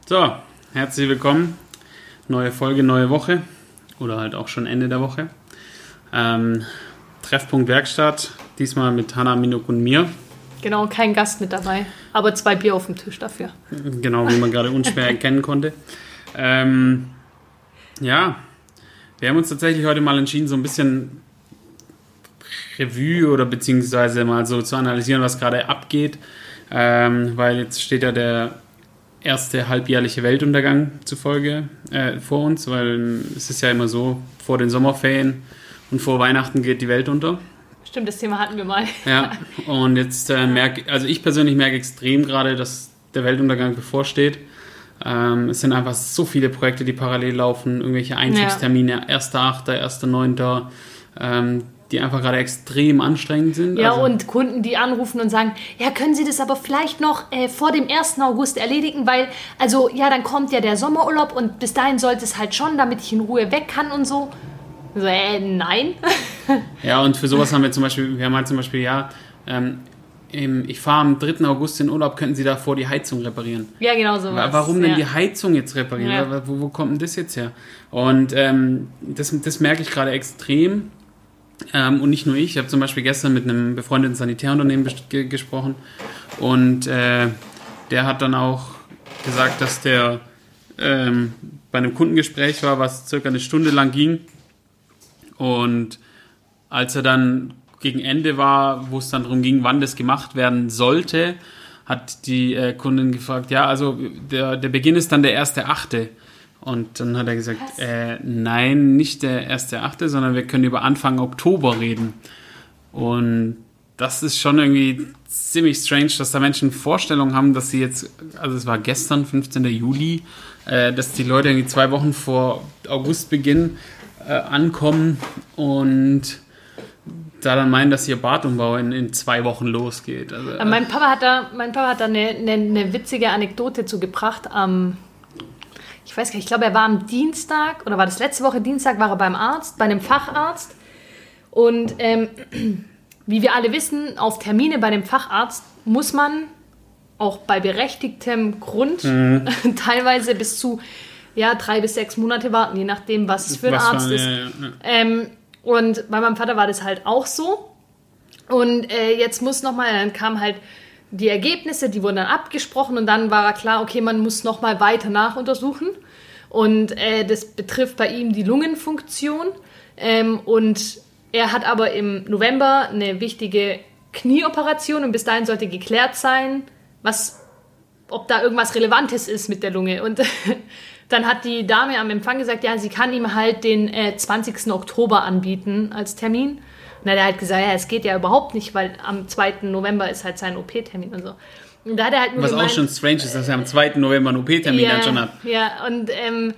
So, herzlich willkommen. Neue Folge, neue Woche. Oder halt auch schon Ende der Woche. Treffpunkt Werkstatt. Diesmal mit Hanna, Minuk und mir. Genau, kein Gast mit dabei. Aber 2 Bier auf dem Tisch dafür. Genau, wie man gerade unschwer erkennen konnte. Ja, wir haben uns tatsächlich heute mal entschieden, so ein bisschen Revue oder beziehungsweise mal so zu analysieren, was gerade abgeht. Weil jetzt steht ja der erste halbjährliche Weltuntergang vor uns, weil es ist ja immer so, vor den Sommerferien und vor Weihnachten geht die Welt unter. Stimmt, das Thema hatten wir mal. Ja, und jetzt ich persönlich merke extrem gerade, dass der Weltuntergang bevorsteht. Es sind einfach so viele Projekte, die parallel laufen, irgendwelche Einstiegstermine, 1.8., 1.9., die einfach gerade extrem anstrengend sind. Ja, und Kunden, die anrufen und sagen, ja, können Sie das aber vielleicht noch vor dem 1. August erledigen, weil, also, ja, dann kommt ja der Sommerurlaub und bis dahin sollte es halt schon, damit ich in Ruhe weg kann und so. So, nein. Ja, und für sowas haben wir zum Beispiel, ich fahre am 3. August in Urlaub, könnten Sie davor die Heizung reparieren? Ja, genau so. Warum denn die Heizung jetzt reparieren? Ja. Wo kommt denn das jetzt her? Und das merke ich gerade extrem. Und nicht nur ich habe zum Beispiel gestern mit einem befreundeten Sanitärunternehmen gesprochen und der hat dann auch gesagt, dass der bei einem Kundengespräch war, was circa eine Stunde lang ging, und als er dann gegen Ende war, wo es dann darum ging, wann das gemacht werden sollte, hat die Kundin gefragt, ja, also der Beginn ist dann der 1.8. Und dann hat er gesagt, nein, nicht der 1.8., sondern wir können über Anfang Oktober reden. Und das ist schon irgendwie ziemlich strange, dass da Menschen Vorstellungen haben, dass sie jetzt, also es war gestern, 15. Juli, dass die Leute irgendwie 2 Wochen vor Augustbeginn ankommen und da dann meinen, dass ihr Badumbau in 2 Wochen losgeht. Also, mein Papa hat da eine witzige Anekdote zugebracht. Ich weiß gar nicht, ich glaube, er war am Dienstag, oder war das letzte Woche Dienstag, war er beim Arzt, bei einem Facharzt. Und wie wir alle wissen, auf Termine bei dem Facharzt muss man auch bei berechtigtem Grund teilweise bis zu 3 bis 6 Monate warten, je nachdem, was es für ein Arzt ist. Ja. Und bei meinem Vater war das halt auch so. Und jetzt dann kamen halt die Ergebnisse, die wurden dann abgesprochen und dann war klar, okay, man muss nochmal weiter nachuntersuchen. Und das betrifft bei ihm die Lungenfunktion. Und er hat aber im November eine wichtige Knieoperation und bis dahin sollte geklärt sein, ob da irgendwas Relevantes ist mit der Lunge. Und dann hat die Dame am Empfang gesagt, ja, sie kann ihm halt den 20. Oktober anbieten als Termin. Und dann hat er halt gesagt, ja, es geht ja überhaupt nicht, weil am 2. November ist halt sein OP-Termin und so. Und da hat er halt nur auch schon strange ist, dass er am 2. November einen OP-Termin dann schon hat. Ja, und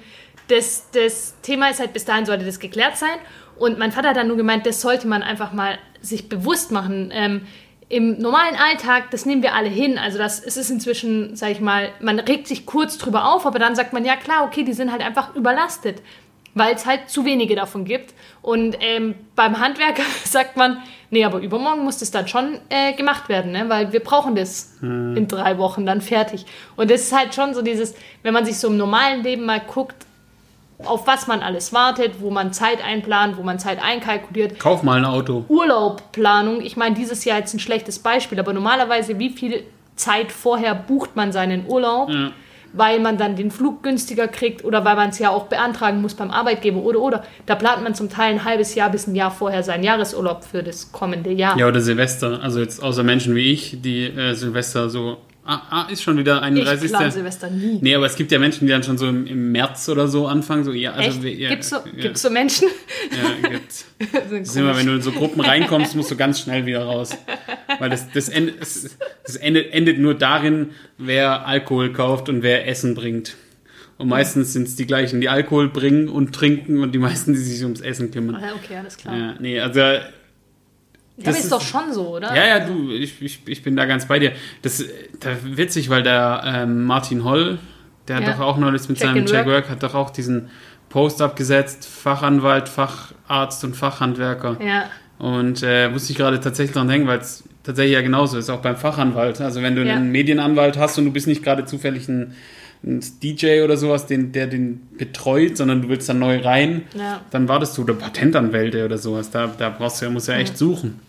das Thema ist halt, bis dahin sollte das geklärt sein. Und mein Vater hat dann nur gemeint, das sollte man einfach mal sich bewusst machen. Im normalen Alltag, das nehmen wir alle hin. Also es ist inzwischen, sag ich mal, man regt sich kurz drüber auf, aber dann sagt man, ja klar, okay, die sind halt einfach überlastet, weil es halt zu wenige davon gibt. Und beim Handwerker sagt man, nee, aber übermorgen muss das dann schon gemacht werden, ne? Weil wir brauchen das in 3 Wochen dann fertig. Und das ist halt schon so dieses, wenn man sich so im normalen Leben mal guckt, auf was man alles wartet, wo man Zeit einplant, wo man Zeit einkalkuliert. Kauf mal ein Auto. Urlaubplanung, ich meine, dieses Jahr jetzt ein schlechtes Beispiel, aber normalerweise, wie viel Zeit vorher bucht man seinen Urlaub, weil man dann den Flug günstiger kriegt oder weil man es ja auch beantragen muss beim Arbeitgeber oder. Da plant man zum Teil ein halbes Jahr bis ein Jahr vorher seinen Jahresurlaub für das kommende Jahr. Ja, oder Silvester, also jetzt außer Menschen wie ich, die Silvester so... ist schon wieder 31. Ich plane Silvester nie. Nee, aber es gibt ja Menschen, die dann schon so im März oder so anfangen. So, ja, also, Gibt's so Menschen? Ja, gibt's. Das ist immer, wenn du in so Gruppen reinkommst, musst du ganz schnell wieder raus. Weil das endet nur darin, wer Alkohol kauft und wer Essen bringt. Und meistens sind es die gleichen, die Alkohol bringen und trinken und die meisten, die sich ums Essen kümmern. Okay, alles klar. Ja, nee, also... Das ist doch schon so, oder? Ja, ich bin da ganz bei dir. Das witzig, weil der Martin Holl, der hat doch auch neulich mit seinem Check Work, hat doch auch diesen Post abgesetzt, Fachanwalt, Facharzt und Fachhandwerker. Ja. Und musste ich gerade tatsächlich dran denken, weil es tatsächlich ja genauso ist, auch beim Fachanwalt. Also wenn du einen Medienanwalt hast und du bist nicht gerade zufällig ein einen DJ oder sowas, der den betreut, sondern du willst dann neu rein, dann wartest du, oder Patentanwälte oder sowas, da musst du ja echt suchen.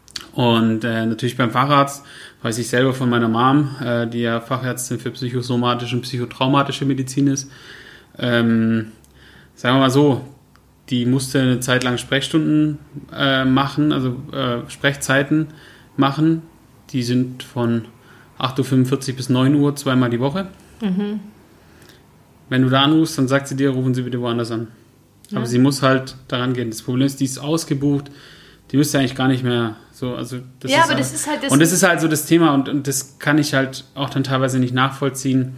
Und natürlich beim Facharzt, weiß ich selber von meiner Mom, die ja Fachärztin für psychosomatische und psychotraumatische Medizin ist, sagen wir mal so, die musste eine Zeit lang Sprechstunden machen, also Sprechzeiten machen. Die sind von 8.45 Uhr bis 9 Uhr, zweimal die Woche. Mhm. Wenn du da anrufst, dann sagt sie dir, rufen Sie bitte woanders an. Ja. Aber sie muss halt daran gehen. Das Problem ist, die ist ausgebucht, die müsste eigentlich gar nicht mehr so, also das ist aber das ist halt das. Und das ist halt so das Thema und das kann ich halt auch dann teilweise nicht nachvollziehen.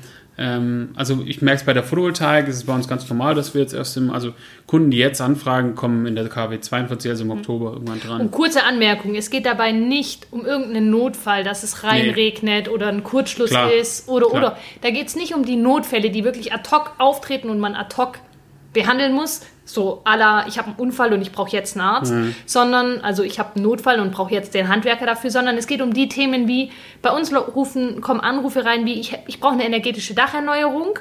Also ich merke es bei der Photovoltaik, es ist bei uns ganz normal, dass wir jetzt also Kunden, die jetzt anfragen, kommen in der KW 42, also im Oktober irgendwann dran. Und kurze Anmerkung, es geht dabei nicht um irgendeinen Notfall, dass es reinregnet oder ein Kurzschluss ist oder. Da geht es nicht um die Notfälle, die wirklich ad hoc auftreten und man ad hoc behandeln muss, so à la, ich habe einen Unfall und ich brauche jetzt einen Arzt, sondern, also ich habe einen Notfall und brauche jetzt den Handwerker dafür, sondern es geht um die Themen wie, bei uns kommen Anrufe rein wie, ich brauche eine energetische Dacherneuerung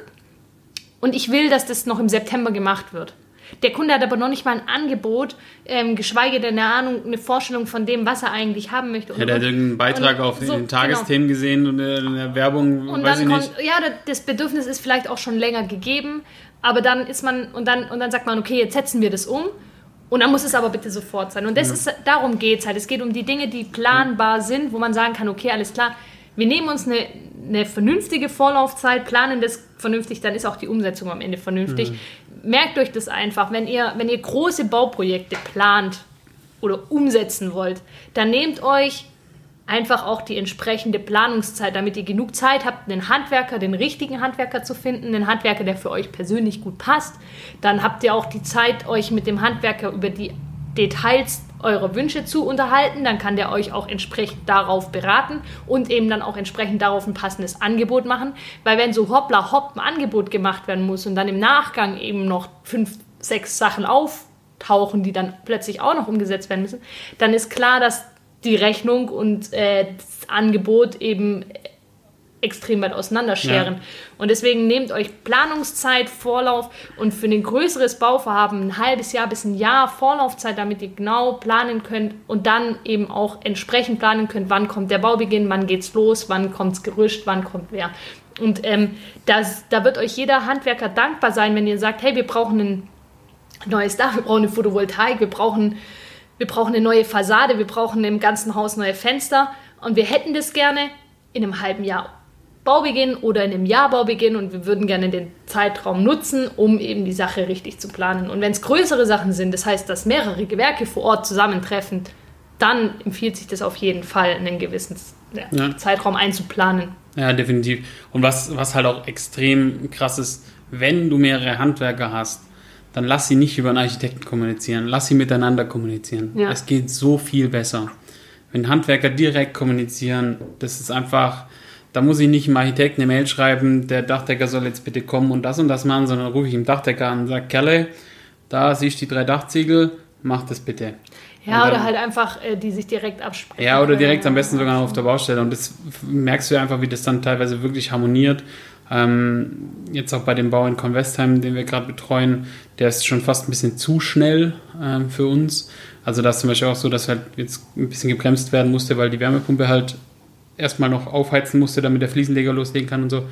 und ich will, dass das noch im September gemacht wird. Der Kunde hat aber noch nicht mal ein Angebot, geschweige denn eine Vorstellung von dem, was er eigentlich haben möchte. Der hat irgendeinen Beitrag auf den Tagesthemen gesehen und in der Werbung, und weiß dann ich nicht. Ja, das Bedürfnis ist vielleicht auch schon länger gegeben, aber dann ist man, und dann sagt man, okay, jetzt setzen wir das um und dann muss es aber bitte sofort sein. Und darum geht es halt. Es geht um die Dinge, die planbar sind, wo man sagen kann, okay, alles klar, wir nehmen uns eine vernünftige Vorlaufzeit, planen das vernünftig, dann ist auch die Umsetzung am Ende vernünftig. Merkt euch das einfach, wenn ihr große Bauprojekte plant oder umsetzen wollt, dann nehmt euch einfach auch die entsprechende Planungszeit, damit ihr genug Zeit habt, den richtigen Handwerker zu finden, einen Handwerker, der für euch persönlich gut passt. Dann habt ihr auch die Zeit, euch mit dem Handwerker über die Details eurer Wünsche zu unterhalten. Dann kann der euch auch entsprechend darauf beraten und eben dann auch entsprechend darauf ein passendes Angebot machen. Weil wenn so hoppla hopp ein Angebot gemacht werden muss und dann im Nachgang eben noch 5, 6 Sachen auftauchen, die dann plötzlich auch noch umgesetzt werden müssen, dann ist klar, dass die Rechnung und das Angebot eben extrem weit auseinanderscheren. Ja. Und deswegen nehmt euch Planungszeit, Vorlauf und für ein größeres Bauvorhaben ein halbes Jahr bis ein Jahr Vorlaufzeit, damit ihr genau planen könnt und dann eben auch entsprechend planen könnt, wann kommt der Baubeginn, wann geht's los, wann kommt's Gerüst, wann kommt wer. Und da wird euch jeder Handwerker dankbar sein, wenn ihr sagt, hey, wir brauchen ein neues Dach, wir brauchen eine Photovoltaik, wir brauchen eine neue Fassade, wir brauchen im ganzen Haus neue Fenster und wir hätten das gerne in einem halben Jahr Baubeginn oder in einem Jahr Baubeginn und wir würden gerne den Zeitraum nutzen, um eben die Sache richtig zu planen. Und wenn es größere Sachen sind, das heißt, dass mehrere Gewerke vor Ort zusammentreffen, dann empfiehlt sich das auf jeden Fall, einen gewissen Zeitraum einzuplanen. Ja, definitiv. Und was halt auch extrem krass ist, wenn du mehrere Handwerker hast, dann lass sie nicht über einen Architekten kommunizieren, lass sie miteinander kommunizieren. Ja. Es geht so viel besser. Wenn Handwerker direkt kommunizieren, das ist einfach, da muss ich nicht dem Architekten eine Mail schreiben, der Dachdecker soll jetzt bitte kommen und das machen, sondern rufe ich dem Dachdecker an und sage, Kerle, da siehst du die 3 Dachziegel, mach das bitte. Ja, oder halt einfach, die sich direkt absprechen. Ja, oder direkt am besten sogar noch auf der Baustelle. Und das merkst du einfach, wie das dann teilweise wirklich harmoniert. Jetzt auch bei dem Bau in Convestheim, den wir gerade betreuen, der ist schon fast ein bisschen zu schnell für uns. Also da ist zum Beispiel auch so, dass halt jetzt ein bisschen gebremst werden musste, weil die Wärmepumpe halt erstmal noch aufheizen musste, damit der Fliesenleger loslegen kann und so.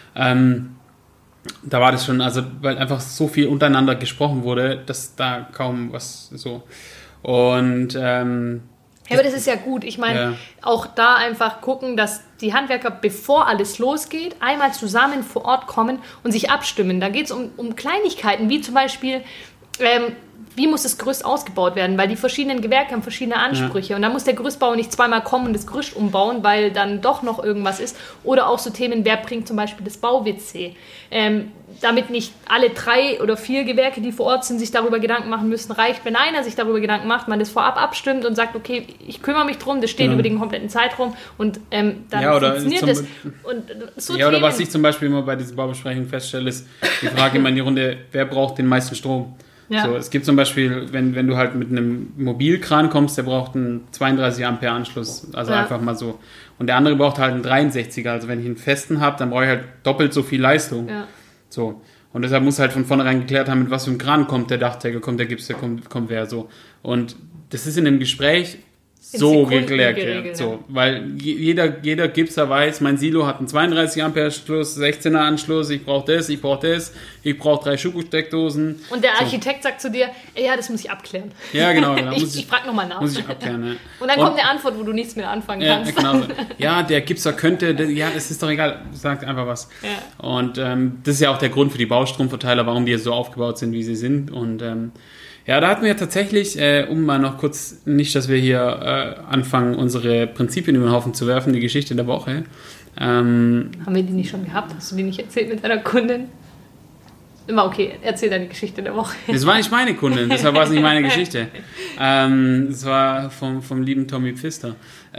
Da war das schon, also weil einfach so viel untereinander gesprochen wurde, dass da kaum was so. Und ja, aber das ist ja gut. Ich meine, auch da einfach gucken, dass die Handwerker, bevor alles losgeht, einmal zusammen vor Ort kommen und sich abstimmen. Da geht es um Kleinigkeiten, wie zum Beispiel, wie muss das Gerüst ausgebaut werden? Weil die verschiedenen Gewerke haben verschiedene Ansprüche. Ja. Und da muss der Gerüstbauer nicht zweimal kommen und das Gerüst umbauen, weil dann doch noch irgendwas ist. Oder auch so Themen, wer bringt zum Beispiel das Bau-WC? Damit nicht alle 3 oder 4 Gewerke, die vor Ort sind, sich darüber Gedanken machen müssen. Reicht, wenn einer sich darüber Gedanken macht, man das vorab abstimmt und sagt, okay, ich kümmere mich drum, das steht über den kompletten Zeitraum und dann funktioniert das. Und so oder was ich zum Beispiel immer bei diesen Baubesprechungen feststelle, ist die Frage immer in die Runde, wer braucht den meisten Strom? Ja. So, es gibt zum Beispiel, wenn du halt mit einem Mobilkran kommst, der braucht einen 32 Ampere Anschluss, also einfach mal so. Und der andere braucht halt einen 63er, also wenn ich einen festen habe, dann brauche ich halt doppelt so viel Leistung. Ja. So. Und deshalb muss halt von vornherein geklärt haben, mit was für einem Kran kommt der Dachdecker, kommt der Gips, kommt wer so. Und das ist in dem Gespräch so geklärt, ja. So, weil jeder Gipser weiß, mein Silo hat einen 32 Ampere Anschluss, 16er Anschluss, ich brauche das, ich brauche 3 Schuko-Steckdosen. Und der Architekt sagt zu dir, ja, das muss ich abklären. Ja, genau. Ich frage nochmal nach. Muss ich abklären, ja. Und dann kommt eine Antwort, wo du nichts mehr anfangen kannst. Genau. Ja, der Gipser könnte, es ist doch egal, sagt einfach was. Ja. Und das ist ja auch der Grund für die Baustromverteiler, warum die so aufgebaut sind, wie sie sind. Und ja, da hatten wir tatsächlich, um mal noch kurz, nicht, dass wir hier anfangen, unsere Prinzipien über den Haufen zu werfen, die Geschichte der Woche. Haben wir die nicht schon gehabt? Hast du die nicht erzählt mit deiner Kundin? Immer okay, erzähl deine Geschichte der Woche. Das war nicht meine Kundin, deshalb war es nicht meine Geschichte. Das war vom lieben Tommy Pfister.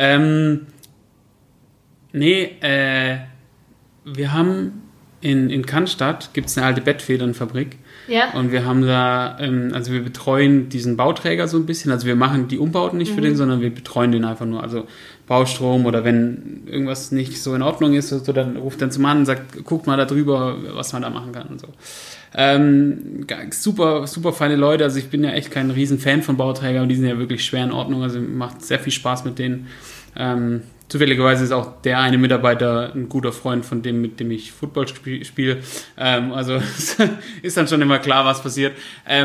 Wir haben in Cannstatt, gibt es eine alte Bettfedernfabrik. Ja. Und wir haben da, also wir betreuen diesen Bauträger so ein bisschen, also wir machen die Umbauten nicht für den, sondern wir betreuen den einfach nur, also Baustrom oder wenn irgendwas nicht so in Ordnung ist, so, dann ruft dann zum Mann und sagt, guckt mal da drüber, was man da machen kann und so. Super, super feine Leute, also ich bin ja echt kein riesen Fan von Bauträgern und die sind ja wirklich schwer in Ordnung, also macht sehr viel Spaß mit denen. Zufälligerweise ist auch der eine Mitarbeiter ein guter Freund von dem, mit dem ich Football spiele. Also ist dann schon immer klar, was passiert.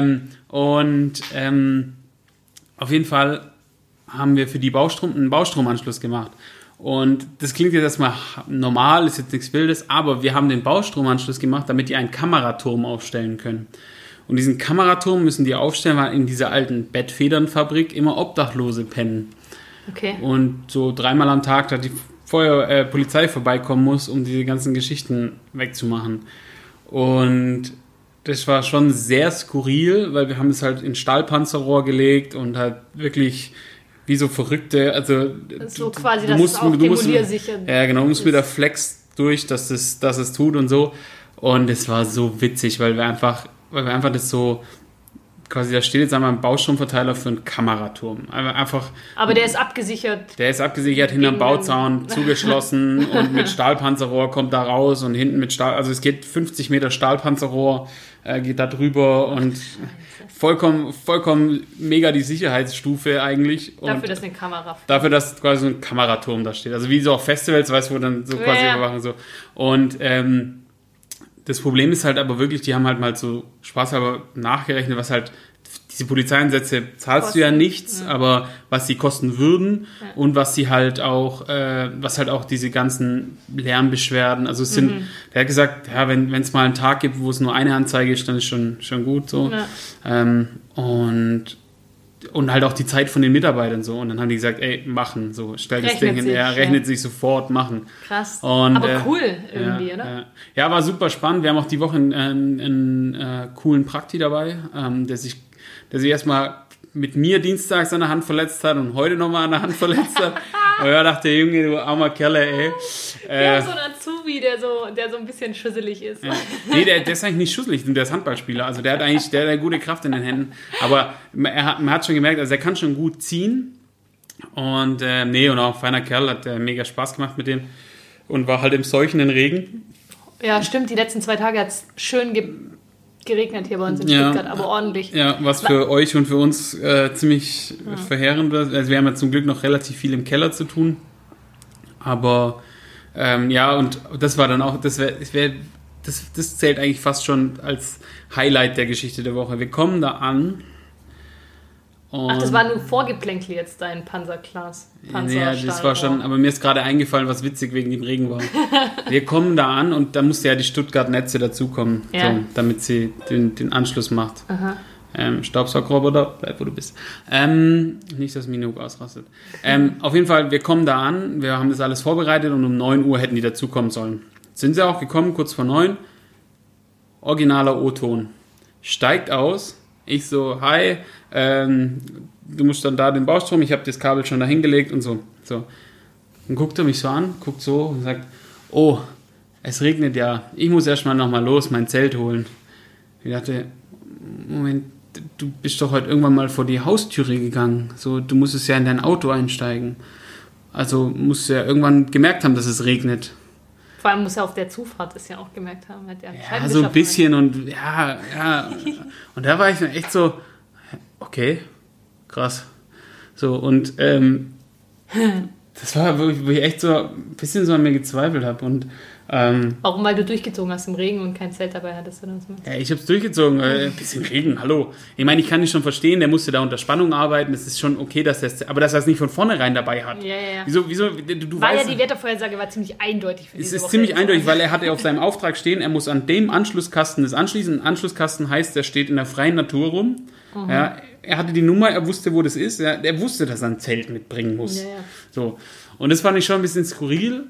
Auf jeden Fall haben wir für die einen Baustromanschluss gemacht. Und das klingt jetzt erstmal normal, ist jetzt nichts Wildes, aber wir haben den Baustromanschluss gemacht, damit die einen Kameraturm aufstellen können. Und diesen Kameraturm müssen die aufstellen, weil in dieser alten Bettfedernfabrik immer Obdachlose pennen. Okay. Und so 3-mal am Tag, da die Polizei vorbeikommen muss, um diese ganzen Geschichten wegzumachen. Und das war schon sehr skurril, weil wir haben es halt in Stahlpanzerrohr gelegt und halt wirklich wie so Verrückte, also so quasi, dass es auch demoliersicher ist. Ja, genau, du musst mit der Flex durch, dass es tut und so. Und es war so witzig, weil wir einfach das so quasi, da steht jetzt einmal ein Baustromverteiler für einen Kameraturm. Einfach, aber der ist abgesichert. Der ist abgesichert, hinterm Bauzaun, zugeschlossen und mit Stahlpanzerrohr kommt da raus und hinten mit Stahl, also es geht 50 Meter Stahlpanzerrohr, geht da drüber und vollkommen mega die Sicherheitsstufe eigentlich. Dafür, dass eine Kamera. Dafür, dass quasi so ein Kameraturm da steht. Also wie so auf Festivals, weißt du, wo dann so quasi überwachen so. Und das Problem ist halt aber wirklich, die haben halt mal so spaßhalber nachgerechnet, was halt, diese Polizeieinsätze zahlst du ja nichts, aber was sie kosten würden und was sie halt auch, was halt auch diese ganzen Lärmbeschwerden, also es sind, der hat gesagt, ja, wenn es mal einen Tag gibt, wo es nur eine Anzeige ist, dann ist schon gut so. Ja. Und halt auch die Zeit von den Mitarbeitern so. Und dann haben die gesagt, ey, machen, so, stell das Ding hin, rechnet sich sofort, machen. Krass. Und, aber cool irgendwie, oder? Ja, war super spannend. Wir haben auch die Woche einen coolen Prakti dabei, der sich erstmal mit mir dienstags an der Hand verletzt hat und heute nochmal an der Hand verletzt hat. Und ja, dachte, Junge, du armer Kerle, ey. Wir haben so einen Azubi, der so ein bisschen schüsselig ist. Ja. Nee, der ist eigentlich nicht schüsselig, der ist Handballspieler. Also der hat eigentlich der hat gute Kraft in den Händen. Aber man hat schon gemerkt, also er kann schon gut ziehen. Und und auch ein feiner Kerl, hat mega Spaß gemacht mit dem. Und war halt im seuchenden Regen. Ja, stimmt, die letzten 2 Tage hat es schön geregnet hier bei uns in Stuttgart, aber ordentlich. Ja, was für euch und für uns ziemlich verheerend war. Also wir haben ja zum Glück noch relativ viel im Keller zu tun. Aber und das war dann auch, das zählt eigentlich fast schon als Highlight der Geschichte der Woche. Wir kommen da an. Ach, das war nur Vorgeplänkel jetzt, dein Panzerglas. Ja, das war schon, aber mir ist gerade eingefallen, was witzig wegen dem Regen war. Wir kommen da an und da musste ja die Stuttgart-Netze dazukommen, so, damit sie den Anschluss macht. Aha. Staubsaugerroboter, bleib wo du bist. Nicht, dass Minuk ausrastet. Auf jeden Fall, wir kommen da an, wir haben das alles vorbereitet und um 9 Uhr hätten die dazukommen sollen. Sind sie auch gekommen, kurz vor 9. Originaler O-Ton. Steigt aus. Ich so, hi, du musst dann da den Baustrom, ich habe das Kabel schon da hingelegt und so. Dann guckt er mich so an, guckt so und sagt, oh, es regnet ja, ich muss erstmal nochmal los, mein Zelt holen. Ich dachte, Moment, du bist doch heute irgendwann mal vor die Haustüre gegangen. So, du musstest ja in dein Auto einsteigen. Also musst du ja irgendwann gemerkt haben, dass es regnet. Vor allem muss er auf der Zufahrt es ja auch gemerkt haben. Ja, so ein bisschen und ja. Und da war ich dann echt so, okay, krass. So, und das war, wo ich echt so ein bisschen so an mir gezweifelt habe. Und auch weil du durchgezogen hast im Regen und kein Zelt dabei hattest, oder was? Ja, ich habe es durchgezogen. Ein bisschen Regen, hallo. Ich meine, ich kann dich schon verstehen, der musste da unter Spannung arbeiten. Das ist schon okay, aber dass er es nicht von vornherein dabei hat. Ja. Wieso du war weißt, ja, die Wettervorhersage war ziemlich eindeutig für diese Es ist Woche. ziemlich eindeutig, weil er hatte auf seinem Auftrag stehen, er muss an dem Anschlusskasten das anschließen. Ein Anschlusskasten heißt, der steht in der freien Natur rum. Ja, er hatte die Nummer, er wusste, wo das ist. Ja, er wusste, dass er ein Zelt mitbringen muss. Ja. So. Und das fand ich schon ein bisschen skurril.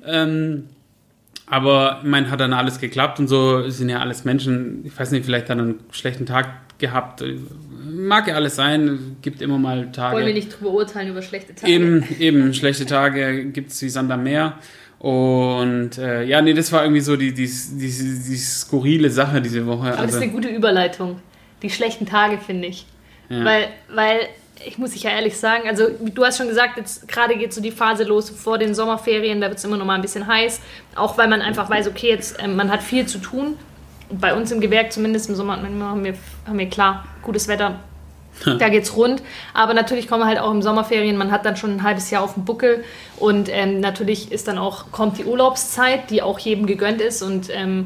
Aber ich meine, hat dann alles geklappt und so, es sind ja alles Menschen, ich weiß nicht, vielleicht hat er einen schlechten Tag gehabt, mag ja alles sein, gibt immer mal Tage. Wollen wir nicht drüber urteilen über schlechte Tage. Eben, schlechte Tage gibt es wie Sand am Meer und das war irgendwie so die skurrile Sache diese Woche. Aber das ist eine gute Überleitung, die schlechten Tage, finde ich, weil ich muss dich ja ehrlich sagen, also du hast schon gesagt, jetzt gerade geht so die Phase los vor den Sommerferien, da wird es immer noch mal ein bisschen heiß, auch weil man einfach weiß, okay, jetzt man hat viel zu tun. Bei uns im Gewerk, zumindest im Sommer, haben wir klar gutes Wetter, da geht's rund. Aber natürlich kommen halt auch im Sommerferien, man hat dann schon ein halbes Jahr auf dem Buckel und natürlich ist dann kommt die Urlaubszeit, die auch jedem gegönnt ist und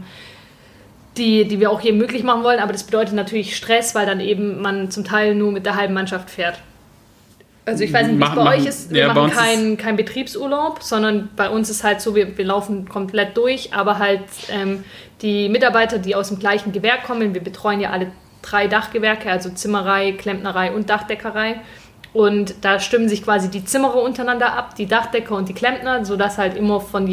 die wir auch jedem möglich machen wollen, aber das bedeutet natürlich Stress, weil dann eben man zum Teil nur mit der halben Mannschaft fährt. Also ich weiß nicht, wie es bei euch ist, wir machen keinen Betriebsurlaub, sondern bei uns ist halt so, wir laufen komplett durch, aber halt die Mitarbeiter, die aus dem gleichen Gewerk kommen, wir betreuen ja alle 3 Dachgewerke, also Zimmerei, Klempnerei und Dachdeckerei. Und da stimmen sich quasi die Zimmerer untereinander ab, die Dachdecker und die Klempner, sodass halt immer von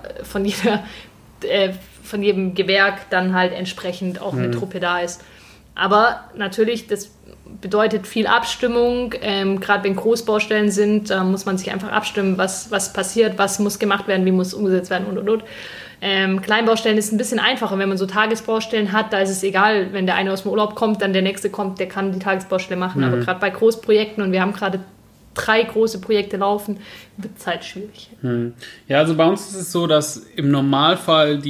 jedem Gewerk dann halt entsprechend auch eine Truppe da ist. Aber natürlich, das bedeutet viel Abstimmung, gerade wenn Großbaustellen sind, da muss man sich einfach abstimmen, was passiert, was muss gemacht werden, wie muss umgesetzt werden und. Kleinbaustellen ist ein bisschen einfacher, wenn man so Tagesbaustellen hat, da ist es egal, wenn der eine aus dem Urlaub kommt, dann der nächste kommt, der kann die Tagesbaustelle machen, aber gerade bei Großprojekten, und wir haben gerade 3 große Projekte laufen, wird es halt schwierig. Ja, also bei uns ist es so, dass im Normalfall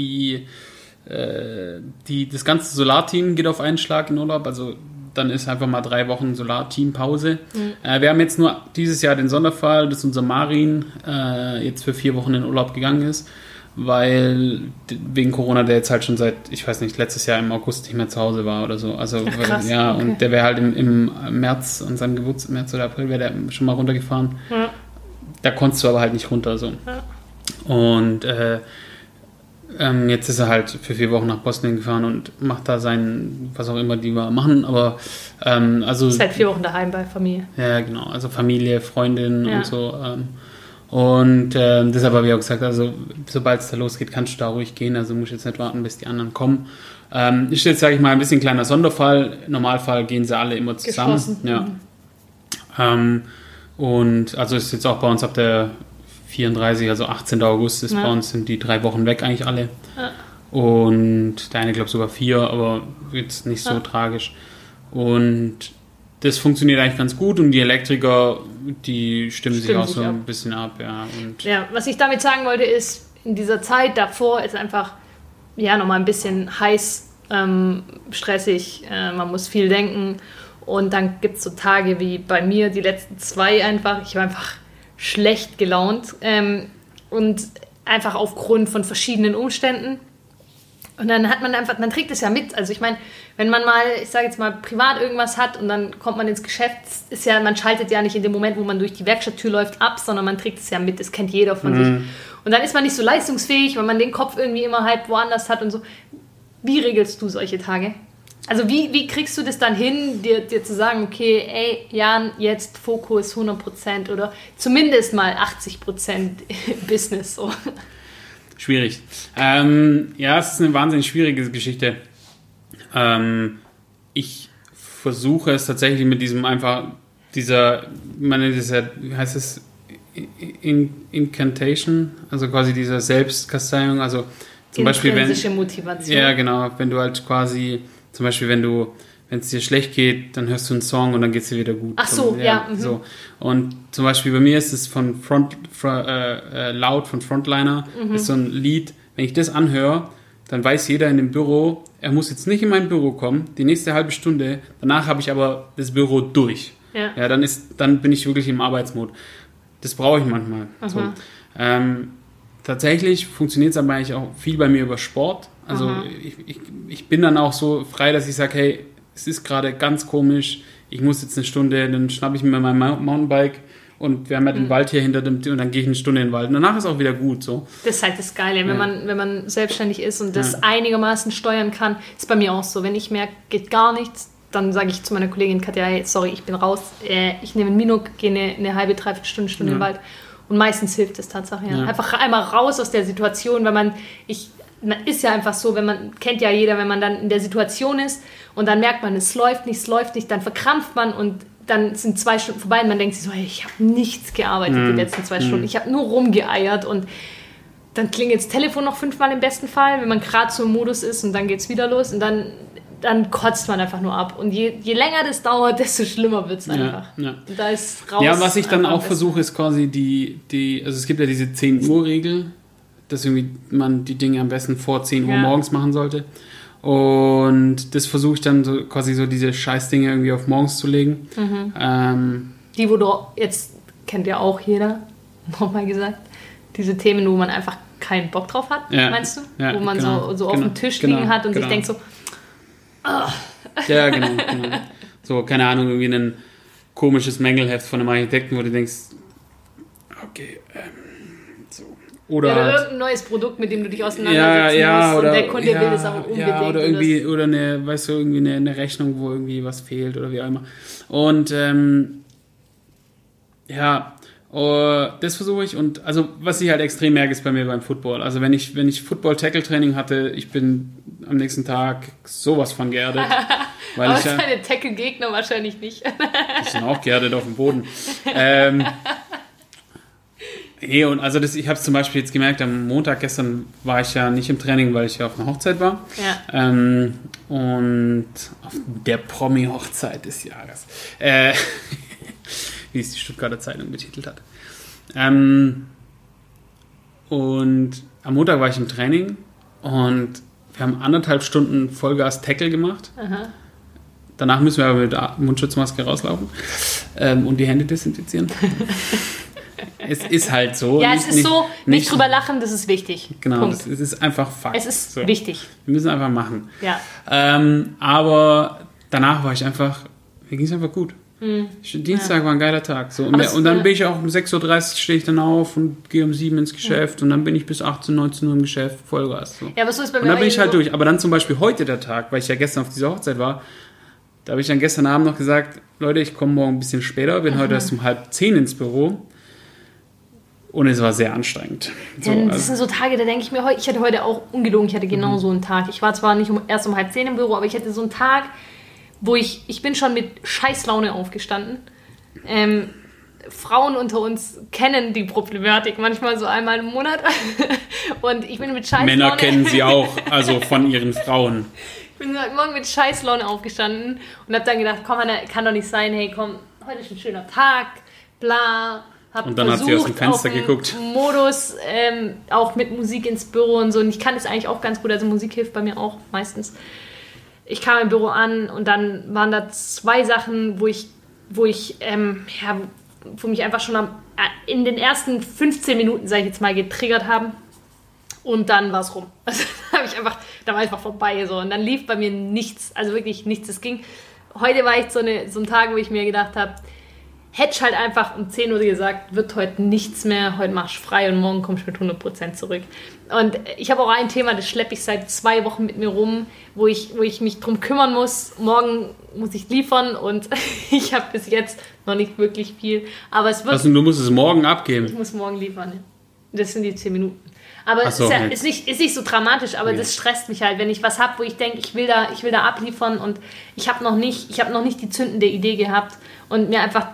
das ganze Solarteam geht auf einen Schlag in Urlaub, also dann ist einfach mal 3 Wochen Solarteam-Pause. Wir haben jetzt nur dieses Jahr den Sonderfall, dass unser Marin jetzt für 4 Wochen in Urlaub gegangen ist, weil wegen Corona der jetzt halt schon seit, ich weiß nicht, letztes Jahr im August nicht mehr zu Hause war oder so. Also krass, ja, okay. Und der wäre halt im März, an seinem März oder April wäre der schon mal runtergefahren. Ja. Da konntest du aber halt nicht runter so. Ja. Und jetzt ist er halt für 4 Wochen nach Bosnien gefahren und macht da sein, was auch immer die machen, aber also... Ist halt 4 Wochen daheim bei Familie. Ja, genau, also Familie, Freundin und so. Und deshalb habe ich auch gesagt, also sobald es da losgeht, kannst du da ruhig gehen, also musst jetzt nicht warten, bis die anderen kommen. Ist jetzt, sage ich mal, ein bisschen kleiner Sonderfall. Im Normalfall gehen sie alle immer zusammen. Geschlossen. Ja. Und also ist jetzt auch bei uns ab der 34, also 18. August ist bei uns, sind die 3 Wochen weg eigentlich alle. Ja. Und der eine, glaube ich, sogar 4, aber jetzt nicht so tragisch. Und das funktioniert eigentlich ganz gut und die Elektriker, die stimmen sich auch so ein bisschen ab. Ja, und was ich damit sagen wollte ist, in dieser Zeit davor ist einfach nochmal ein bisschen heiß, stressig, man muss viel denken und dann gibt es so Tage wie bei mir, die letzten 2 einfach, ich war einfach schlecht gelaunt und einfach aufgrund von verschiedenen Umständen. Und dann hat man einfach, man trägt es ja mit. Also ich meine, wenn man mal, ich sage jetzt mal, privat irgendwas hat und dann kommt man ins Geschäft, ist ja, man schaltet ja nicht in dem Moment, wo man durch die Werkstatttür läuft, ab, sondern man trägt es ja mit. Das kennt jeder von sich. Und dann ist man nicht so leistungsfähig, weil man den Kopf irgendwie immer halb woanders hat und so. Wie regelst du solche Tage? Also wie kriegst du das dann hin, dir zu sagen, okay, ey, Jan, jetzt Fokus 100% oder zumindest mal 80% Business, so. Schwierig. Es ist eine wahnsinnig schwierige Geschichte. Ich versuche es tatsächlich mit diesem einfach, wie heißt es, Incantation, also quasi dieser Selbstkasteiung, also zum Beispiel Motivation. Ja, genau, wenn du halt quasi, zum Beispiel wenn du wenn es dir schlecht geht, dann hörst du einen Song und dann geht es dir wieder gut. Ach so, ja. So. Und zum Beispiel bei mir ist es von Loud von Frontliner, ist so ein Lied, wenn ich das anhöre, dann weiß jeder in dem Büro, er muss jetzt nicht in mein Büro kommen, die nächste halbe Stunde, danach habe ich aber das Büro durch. Ja, dann bin ich wirklich im Arbeitsmod. Das brauche ich manchmal. So. Tatsächlich funktioniert es aber eigentlich auch viel bei mir über Sport. Also ich bin dann auch so frei, dass ich sage, hey, es ist gerade ganz komisch, ich muss jetzt eine Stunde, dann schnappe ich mir mein Mountainbike und wir haben ja den Wald hier hinter dem, und dann gehe ich eine Stunde in den Wald. Und danach ist auch wieder gut so. Das ist halt das Geile, wenn man selbstständig ist und das einigermaßen steuern kann. Ist bei mir auch so. Wenn ich merke, geht gar nichts, dann sage ich zu meiner Kollegin Katja, hey, sorry, ich bin raus, ich nehme einen Minuk, gehe eine halbe, dreiviertel Stunde in den Wald. Und meistens hilft es Tatsache. Ja. Einfach einmal raus aus der Situation, weil man ist ja einfach so, kennt ja jeder, wenn man dann in der Situation ist und dann merkt man, es läuft nicht, dann verkrampft man und dann sind 2 Stunden vorbei und man denkt sich so, hey, ich habe nichts gearbeitet die letzten 2 Stunden, ich habe nur rumgeeiert und dann klingelt das Telefon noch 5-mal im besten Fall, wenn man gerade so im Modus ist und dann geht es wieder los und dann kotzt man einfach nur ab. Und je länger das dauert, desto schlimmer wird es einfach. Ja. Und da ist raus. Ja, was ich dann auch versuche, ist quasi also es gibt ja diese 10 Uhr Regel, dass irgendwie man die Dinge am besten vor 10 Uhr morgens machen sollte. Und das versuche ich dann so quasi so diese Scheißdinge irgendwie auf morgens zu legen. Die, wo du jetzt, kennt ja auch jeder, nochmal gesagt, diese Themen, wo man einfach keinen Bock drauf hat, meinst du? Ja, wo man so auf dem Tisch liegen hat und sich denkt so, Ja, genau. So, keine Ahnung, irgendwie ein komisches Mängelheft von einem Architekten, wo du denkst, okay, so. Oder irgendein neues Produkt, mit dem du dich auseinandersetzen musst oder, und der Kunde will es auch unbedingt. Ja, oder irgendwie, oder eine Rechnung, wo irgendwie was fehlt oder wie auch immer. Und das versuche ich. Und also was ich halt extrem merke, ist bei mir beim Football. Also wenn ich Football-Tackle-Training hatte, ich bin am nächsten Tag sowas von geerdet. Aber deine Tackle-Gegner wahrscheinlich nicht. Die sind auch geerdet auf dem Boden. Und also ich habe es zum Beispiel jetzt gemerkt, am Montag gestern war ich ja nicht im Training, weil ich ja auf einer Hochzeit war. Ja. Und auf der Promi-Hochzeit des Jahres. Wie es die Stuttgarter Zeitung betitelt hat. Und am Montag war ich im Training und wir haben 1,5 Stunden Vollgas Tackle gemacht. Aha. Danach müssen wir aber mit Mundschutzmaske rauslaufen und die Hände desinfizieren. Es ist halt so. Ja, nicht drüber lachen, das ist wichtig. Genau, es ist einfach Fakt. Es ist wichtig. Wir müssen einfach machen. Ja. Aber danach mir ging es einfach gut. Dienstag war ein geiler Tag. So. Und dann bin ich auch um 6.30 Uhr stehe ich dann auf und gehe um 7 ins Geschäft und dann bin ich bis 18, 19 Uhr im Geschäft, Vollgas. So. Ja, aber so ist bei mir. Und dann bin ich halt durch. Aber dann zum Beispiel heute der Tag, weil ich ja gestern auf dieser Hochzeit war, da habe ich dann gestern Abend noch gesagt, Leute, ich komme morgen ein bisschen später, bin heute erst um 9:30 ins Büro. Und es war sehr anstrengend. So, das sind so Tage, da denke ich mir, ich hatte heute auch ungelogen, ich hatte genau so einen Tag. Ich war zwar nicht erst um 9:30 im Büro, aber ich hatte so einen Tag, wo ich bin schon mit Scheißlaune aufgestanden. Frauen unter uns kennen die Problematik manchmal so einmal im Monat. Und ich bin mit Scheißlaune... Männer kennen sie auch, also von ihren Frauen. Ich bin heute Morgen mit Scheißlaune aufgestanden und habe dann gedacht, komm, kann doch nicht sein, hey, komm, heute ist ein schöner Tag, bla... Und dann hat sie aus dem Fenster geguckt. Modus, auch mit Musik ins Büro und so. Und ich kann das eigentlich auch ganz gut. Also Musik hilft bei mir auch meistens. Ich kam im Büro an und dann waren da 2 Sachen, wo mich einfach schon in den ersten 15 Minuten, sage ich jetzt mal, getriggert haben. Und dann war es rum. Also da war einfach vorbei. So. Und dann lief bei mir nichts. Also wirklich nichts. Es ging. Heute war echt so ein Tag, wo ich mir gedacht habe, hätte ich halt einfach um 10 Uhr gesagt, wird heute nichts mehr, heute machst du frei und morgen kommst du mit 100% zurück. Und ich habe auch ein Thema, das schleppe ich seit 2 Wochen mit mir rum, wo ich mich drum kümmern muss. Morgen muss ich liefern und ich habe bis jetzt noch nicht wirklich viel. Aber es wird... Also du musst es morgen abgeben? Ich muss morgen liefern, ja. Das sind die 10 Minuten. Aber es ist nicht so dramatisch, aber das stresst mich halt, wenn ich was habe, wo ich denke, ich will da abliefern und ich habe noch nicht die zündende Idee gehabt und mir einfach...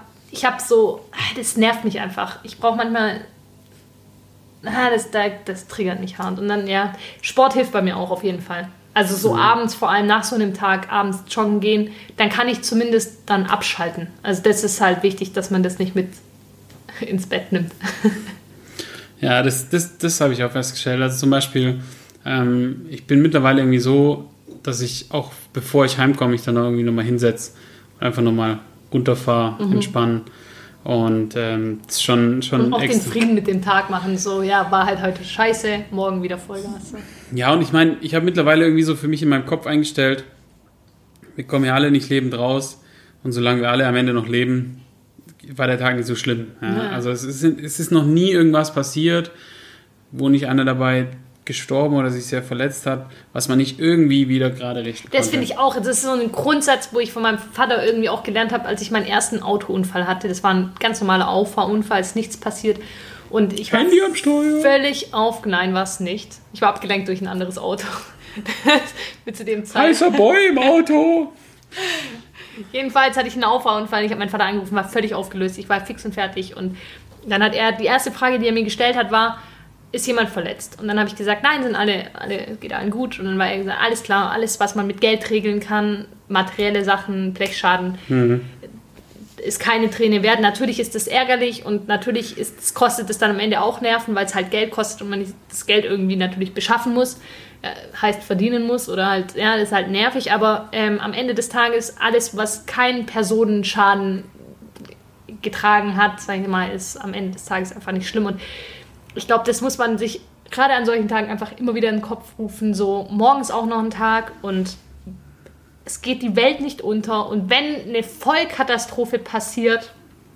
das nervt mich einfach. Ich brauche manchmal, das triggert mich hart. Und dann, Sport hilft bei mir auch auf jeden Fall. Also so abends, vor allem nach so einem Tag, abends joggen gehen, dann kann ich zumindest dann abschalten. Also das ist halt wichtig, dass man das nicht mit ins Bett nimmt. Ja, das habe ich auch festgestellt. Also zum Beispiel, ich bin mittlerweile irgendwie so, dass ich auch, bevor ich heimkomme, mich dann irgendwie nochmal hinsetze und einfach nochmal runterfahre, entspannen. Und das ist schon und auch den Frieden mit dem Tag machen. So, ja, war halt heute scheiße, morgen wieder Vollgas. Ja, und ich meine, ich habe mittlerweile irgendwie so für mich in meinem Kopf eingestellt, wir kommen ja alle nicht lebend raus. Und solange wir alle am Ende noch leben, war der Tag nicht so schlimm. Ja. Also es ist noch nie irgendwas passiert, wo nicht einer dabei gestorben oder sich sehr verletzt hat, was man nicht irgendwie wieder gerade richten konnte. Das finde ich auch. Das ist so ein Grundsatz, wo ich von meinem Vater irgendwie auch gelernt habe, als ich meinen ersten Autounfall hatte. Das war ein ganz normaler Auffahrunfall, ist nichts passiert. Und ich war Handy am Steuer. Völlig nein, war es nicht. Ich war abgelenkt durch ein anderes Auto. Mit zu dem Heißer Boy im Auto. Jedenfalls hatte ich einen Auffahrunfall. Ich habe meinen Vater angerufen, war völlig aufgelöst. Ich war fix und fertig. Und dann hat er, die erste Frage, die er mir gestellt hat, war, ist jemand verletzt? Und dann habe ich gesagt, nein, sind alle geht allen gut. Und dann war er gesagt, alles klar, alles, was man mit Geld regeln kann, materielle Sachen, Blechschaden, ist keine Träne wert. Natürlich ist das ärgerlich und natürlich kostet es dann am Ende auch Nerven, weil es halt Geld kostet und man das Geld irgendwie natürlich beschaffen muss, heißt verdienen muss oder halt, ja, das ist halt nervig, aber am Ende des Tages alles, was keinen Personenschaden getragen hat, sag ich mal, ist am Ende des Tages einfach nicht schlimm. Und ich glaube, das muss man sich gerade an solchen Tagen einfach immer wieder in den Kopf rufen, so morgens auch noch ein Tag und es geht die Welt nicht unter und wenn eine Vollkatastrophe passiert,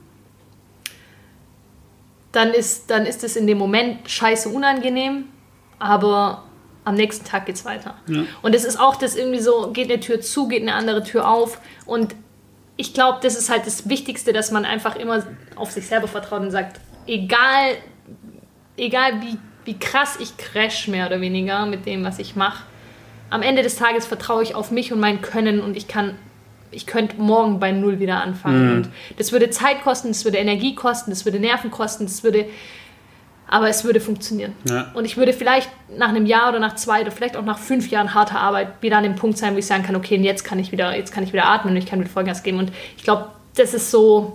dann ist es in dem Moment scheiße unangenehm, aber am nächsten Tag geht's weiter. Ja. Und es ist auch das irgendwie so, geht eine Tür zu, geht eine andere Tür auf und ich glaube, das ist halt das Wichtigste, dass man einfach immer auf sich selber vertraut und sagt, egal wie krass ich crash, mehr oder weniger, mit dem, was ich mache, am Ende des Tages vertraue ich auf mich und mein Können und ich könnte morgen bei Null wieder anfangen. Und das würde Zeit kosten, das würde Energie kosten, das würde Nerven kosten, aber es würde funktionieren. Ja. Und ich würde vielleicht nach einem Jahr oder nach 2 oder vielleicht auch nach 5 Jahren harter Arbeit wieder an dem Punkt sein, wo ich sagen kann, okay, und jetzt kann ich wieder atmen und ich kann wieder Vollgas geben. Und ich glaube, das ist,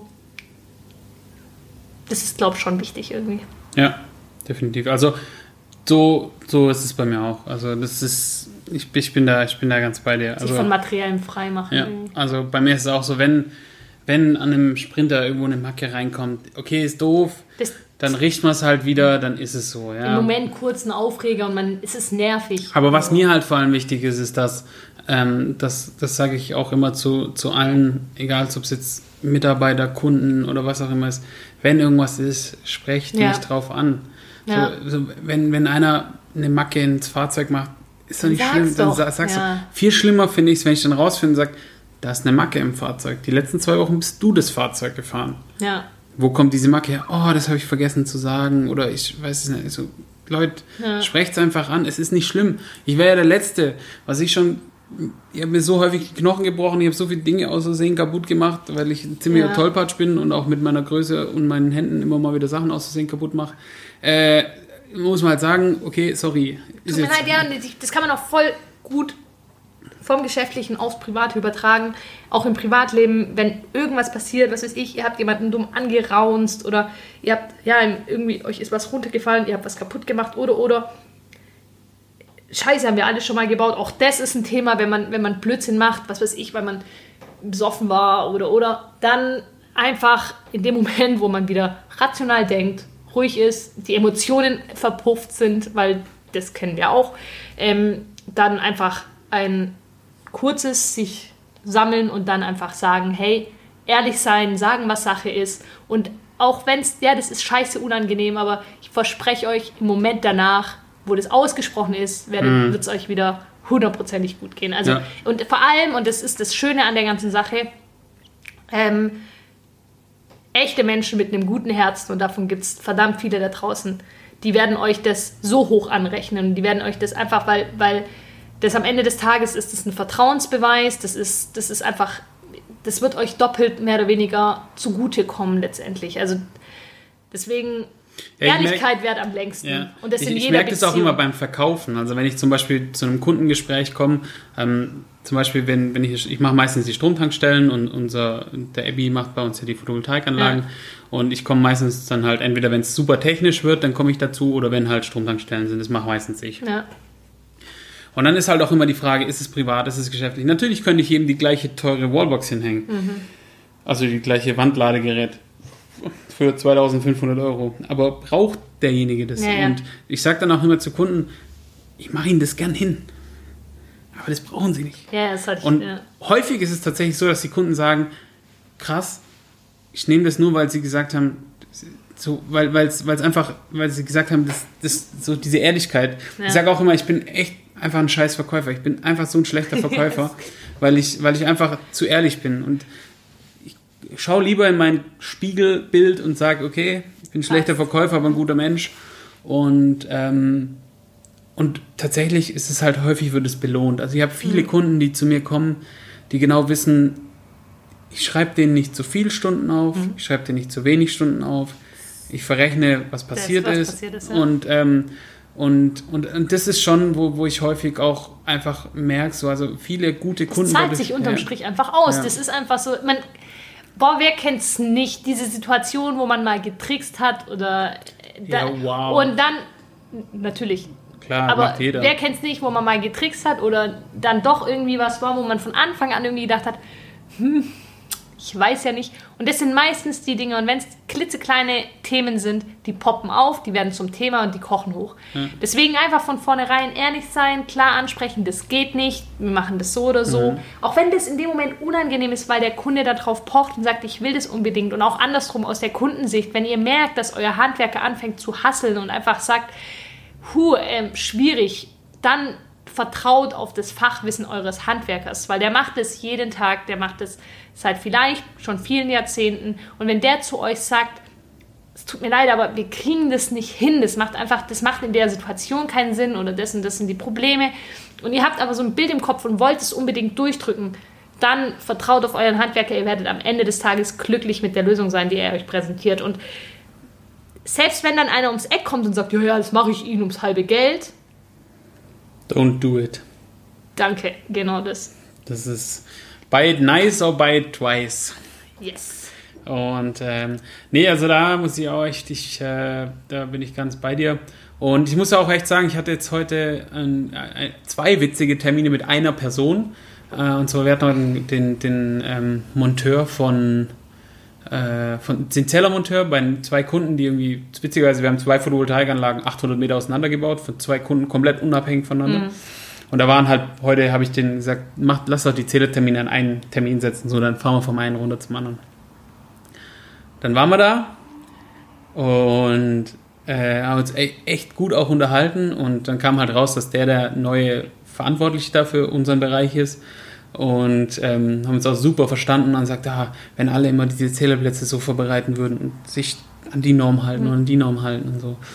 glaube ich, schon wichtig irgendwie. Ja, definitiv. Also so ist es bei mir auch. Also das ist, ich bin da ganz bei dir. Sich von Materiellem frei machen. Ja, also bei mir ist es auch so, wenn an einem Sprinter irgendwo eine Macke reinkommt, okay, ist doof, dann riecht man es halt wieder, dann ist es so. Ja. Im Moment kurz ein Aufreger und es ist nervig. Aber was mir halt vor allem wichtig ist, dass, das sage ich auch immer zu allen, egal ob es jetzt Mitarbeiter, Kunden oder was auch immer ist, wenn irgendwas ist, sprecht nicht drauf an. Ja. So, wenn einer eine Macke ins Fahrzeug macht, ist doch nicht schlimm. Dann sagst du, viel schlimmer finde ich es, wenn ich dann rausfinde und sage, da ist eine Macke im Fahrzeug. Die letzten 2 Wochen bist du das Fahrzeug gefahren. Ja. Wo kommt diese Macke her? Oh, das habe ich vergessen zu sagen. Oder ich weiß es nicht. So, Leute, sprecht es einfach an. Es ist nicht schlimm. Ich wäre ja der Letzte. Ich habe mir so häufig die Knochen gebrochen. Ich habe so viele Dinge aus Versehen kaputt gemacht, weil ich ein ziemlicher Tollpatsch bin und auch mit meiner Größe und meinen Händen immer mal wieder Sachen aus Versehen kaputt mache. Muss man halt sagen, okay, sorry. Tut mir leid, ja, das kann man auch voll gut vom Geschäftlichen aufs Private übertragen. Auch im Privatleben, wenn irgendwas passiert, was weiß ich, ihr habt jemanden dumm angeraunzt oder ihr habt, irgendwie euch ist was runtergefallen, ihr habt was kaputt gemacht oder Scheiße haben wir alle schon mal gebaut. Auch das ist ein Thema, wenn man Blödsinn macht, was weiß ich, weil man besoffen war oder dann einfach in dem Moment, wo man wieder rational denkt, ruhig ist, die Emotionen verpufft sind, weil das kennen wir auch, dann einfach ein kurzes sich sammeln und dann einfach sagen, hey, ehrlich sein, sagen, was Sache ist und auch wenn es, das ist scheiße unangenehm, aber ich verspreche euch, im Moment danach, wo das ausgesprochen ist, wird es euch wieder 100%ig gut gehen. Also, und vor allem, und das ist das Schöne an der ganzen Sache, echte Menschen mit einem guten Herzen, und davon gibt es verdammt viele da draußen, die werden euch das so hoch anrechnen. Die werden euch das einfach, weil das am Ende des Tages ist das ein Vertrauensbeweis, das ist einfach, das wird euch doppelt mehr oder weniger zugutekommen letztendlich. Also deswegen Ehrlichkeit währt am längsten. Ja. Und das in jeder Ich merke das auch immer beim Verkaufen. Also wenn ich zum Beispiel zu einem Kundengespräch komme, zum Beispiel wenn ich mache meistens die Stromtankstellen und der Abby macht bei uns ja die Photovoltaikanlagen und ich komme meistens dann halt entweder, wenn es super technisch wird, dann komme ich dazu oder wenn halt Stromtankstellen sind, das mache meistens ich. Ja. Und dann ist halt auch immer die Frage, ist es privat, ist es geschäftlich? Natürlich könnte ich jedem die gleiche teure Wallbox hinhängen. Also die gleiche Wandladegerät für 2.500 €. Aber braucht derjenige das? Ja. Und ich sage dann auch immer zu Kunden, ich mache ihnen das gern hin. Aber das brauchen sie nicht. Ja, das hatte ich. Und häufig ist es tatsächlich so, dass die Kunden sagen, krass, ich nehme das nur, weil sie gesagt haben, so, weil sie gesagt haben, das so diese Ehrlichkeit. Ja. Ich sage auch immer, ich bin echt einfach ein scheiß Verkäufer. Ich bin einfach so ein schlechter Verkäufer, weil ich einfach zu ehrlich bin. Und ich schaue lieber in mein Spiegelbild und sage, okay, ich bin ein schlechter Verkäufer, aber ein guter Mensch. Und tatsächlich ist es halt häufig, wird es belohnt. Also ich habe viele Kunden, die zu mir kommen, die genau wissen, ich schreibe denen nicht zu viel Stunden auf, ich schreibe denen nicht zu wenig Stunden auf, ich verrechne, was passiert ist. Ja. Und das ist schon, wo ich häufig auch einfach merke, so, also viele gute Kunden... Das zahlt sich unterm Strich einfach aus. Ja. Das ist einfach so... wer kennt es nicht, diese Situation, wo man mal getrickst hat oder... Und dann... Natürlich... Klar, aber macht jeder. Wer kennt es nicht, wo man mal getrickst hat oder dann doch irgendwie was war, wo man von Anfang an irgendwie gedacht hat, ich weiß ja nicht. Und das sind meistens die Dinge, und wenn es klitzekleine Themen sind, die poppen auf, die werden zum Thema und die kochen hoch. Ja. Deswegen einfach von vornherein ehrlich sein, klar ansprechen, das geht nicht, wir machen das so oder so. Auch wenn das in dem Moment unangenehm ist, weil der Kunde darauf pocht und sagt, ich will das unbedingt. Und auch andersrum aus der Kundensicht, wenn ihr merkt, dass euer Handwerker anfängt zu hasseln und einfach sagt, schwierig, dann vertraut auf das Fachwissen eures Handwerkers, weil der macht es jeden Tag, der macht es seit vielleicht schon vielen Jahrzehnten, und wenn der zu euch sagt, es tut mir leid, aber wir kriegen das nicht hin, das macht in der Situation keinen Sinn oder das und das sind die Probleme, und ihr habt aber so ein Bild im Kopf und wollt es unbedingt durchdrücken, dann vertraut auf euren Handwerker, ihr werdet am Ende des Tages glücklich mit der Lösung sein, die er euch präsentiert. Und selbst wenn dann einer ums Eck kommt und sagt, ja, das mache ich Ihnen ums halbe Geld. Don't do it. Danke, genau das. Das ist buy it nice or buy it twice. Yes. Und also da muss ich auch echt, da bin ich ganz bei dir. Und ich muss auch echt sagen, ich hatte jetzt heute 2 witzige Termine mit einer Person. Und zwar, wir hatten den Monteur von den Zellermonteur bei 2 Kunden, die irgendwie, witzigerweise, wir haben 2 Photovoltaikanlagen 800 Meter auseinander gebaut, von 2 Kunden komplett unabhängig voneinander. Und da waren halt, heute habe ich denen gesagt, lass doch die Zählertermine an einen Termin setzen, so, dann fahren wir vom einen runter zum anderen. Dann waren wir da und haben uns echt gut auch unterhalten, und dann kam halt raus, dass der neue Verantwortliche da für unseren Bereich ist. Und haben uns auch super verstanden und sagt, wenn alle immer diese Zählerplätze so vorbereiten würden und sich an die Norm halten und an die Norm halten und so.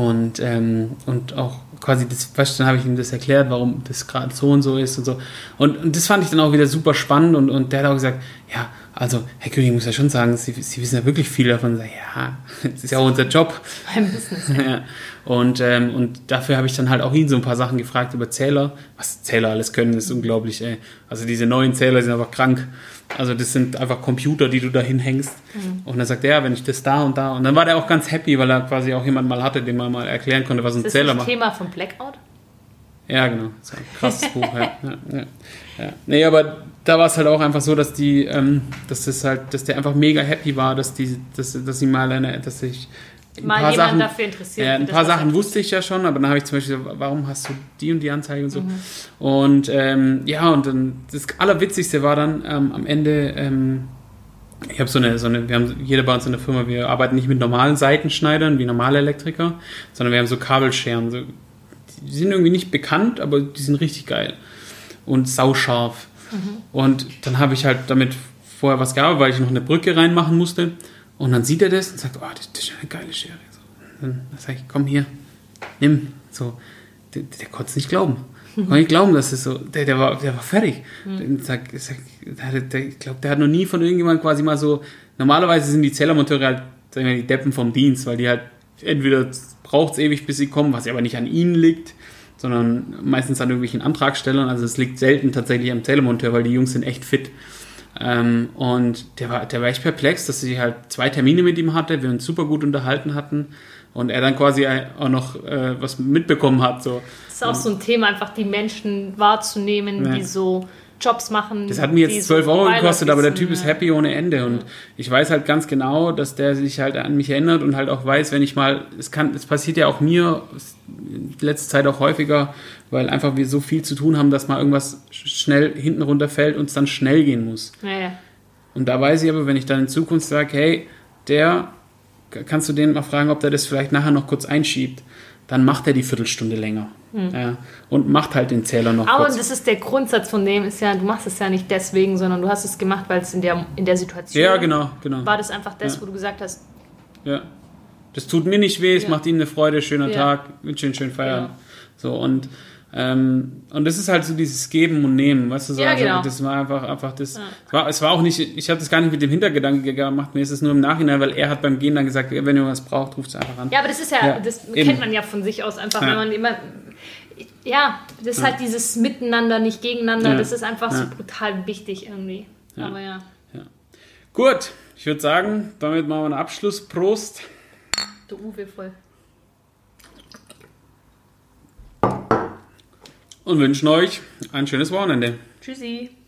Und auch quasi, dann habe ich ihm das erklärt, warum das gerade so und so ist und so. Und das fand ich dann auch wieder super spannend, und der hat auch gesagt, ja, also, Herr König, ich muss ja schon sagen, Sie wissen ja wirklich viel davon. Und ich sage, ja, das ist ja auch unser Job. Beim Business. Ja. Und dafür habe ich dann halt auch ihn so ein paar Sachen gefragt über Zähler. Was Zähler alles können, ist unglaublich, ey. Also diese neuen Zähler sind einfach krank. Also das sind einfach Computer, die du da hinhängst. Und dann sagt er, wenn ich das da und da. Und dann war der auch ganz happy, weil er quasi auch jemand mal hatte, dem man mal erklären konnte, was ein Zähler macht. Ist das Thema von Blackout? Ja, genau. Das ist ein krasses Buch. Ja. Nee, aber da war es halt auch einfach so, dass dass der einfach mega happy war, dass ich mal jemand Sachen, dafür interessiert. Ein paar Sachen wusste ich ja schon, aber dann habe ich zum Beispiel gesagt, warum hast du die und die Anzeige und so. Und und dann das Allerwitzigste war dann am Ende, ich habe wir haben jeder bei uns in der Firma, wir arbeiten nicht mit normalen Seitenschneidern wie normale Elektriker, sondern wir haben so Kabelscheren. So, die sind irgendwie nicht bekannt, aber die sind richtig geil und sauscharf. Und dann habe ich halt damit vorher was gearbeitet, weil ich noch eine Brücke reinmachen musste. Und dann sieht er das und sagt, das ist eine geile Schere. So, dann sage ich, komm hier, nimm. So, der konnte es nicht glauben. Konnte nicht glauben, dass es so, der war fertig. Ich glaube, der hat noch nie von irgendjemandem quasi mal so, normalerweise sind die Zählermonteure halt, sagen wir, die Deppen vom Dienst, weil die halt entweder braucht es ewig, bis sie kommen, was ja aber nicht an ihnen liegt, sondern meistens an irgendwelchen Antragstellern. Also es liegt selten tatsächlich am Zählermonteur, weil die Jungs sind echt fit. Und der war echt perplex, dass sie halt 2 Termine mit ihm hatte, wir uns super gut unterhalten hatten und er dann quasi auch noch was mitbekommen hat. So. Das ist auch so ein Thema, einfach die Menschen wahrzunehmen, die so Jobs machen. Das hat mir jetzt 12 Euro gekostet, aber der Typ ist happy ohne Ende und ich weiß halt ganz genau, dass der sich halt an mich erinnert und halt auch weiß, wenn ich mal, es passiert ja auch mir in letzter Zeit auch häufiger, weil einfach wir so viel zu tun haben, dass mal irgendwas schnell hinten runterfällt und es dann schnell gehen muss. Ja. Und da weiß ich aber, wenn ich dann in Zukunft sage, hey, kannst du den mal fragen, ob der das vielleicht nachher noch kurz einschiebt, dann macht er die Viertelstunde länger. Ja, und macht halt den Zähler noch aber kurz. das ist der Grundsatz von dem, ist ja, du machst es ja nicht deswegen, sondern du hast es gemacht, weil es in der Situation ja, genau. war das einfach das, wo du gesagt hast. Ja, das tut mir nicht weh, es macht ihm eine Freude, schöner Tag, wünsche einen schönen Feierabend. So, und das ist halt so dieses Geben und Nehmen, weißt du, so, das war einfach das, es war auch nicht, ich habe das gar nicht mit dem Hintergedanken gemacht, mir ist es nur im Nachhinein, weil er hat beim Gehen dann gesagt, wenn ihr was braucht, ruft es einfach an. Ja, aber das ist das kennt man ja von sich aus einfach, wenn man immer, das ist halt dieses Miteinander, nicht gegeneinander, das ist einfach so brutal wichtig irgendwie, aber ja. Gut, ich würde sagen, damit machen wir einen Abschluss, Prost. Der Uwe voll. Und wünschen euch ein schönes Wochenende. Tschüssi.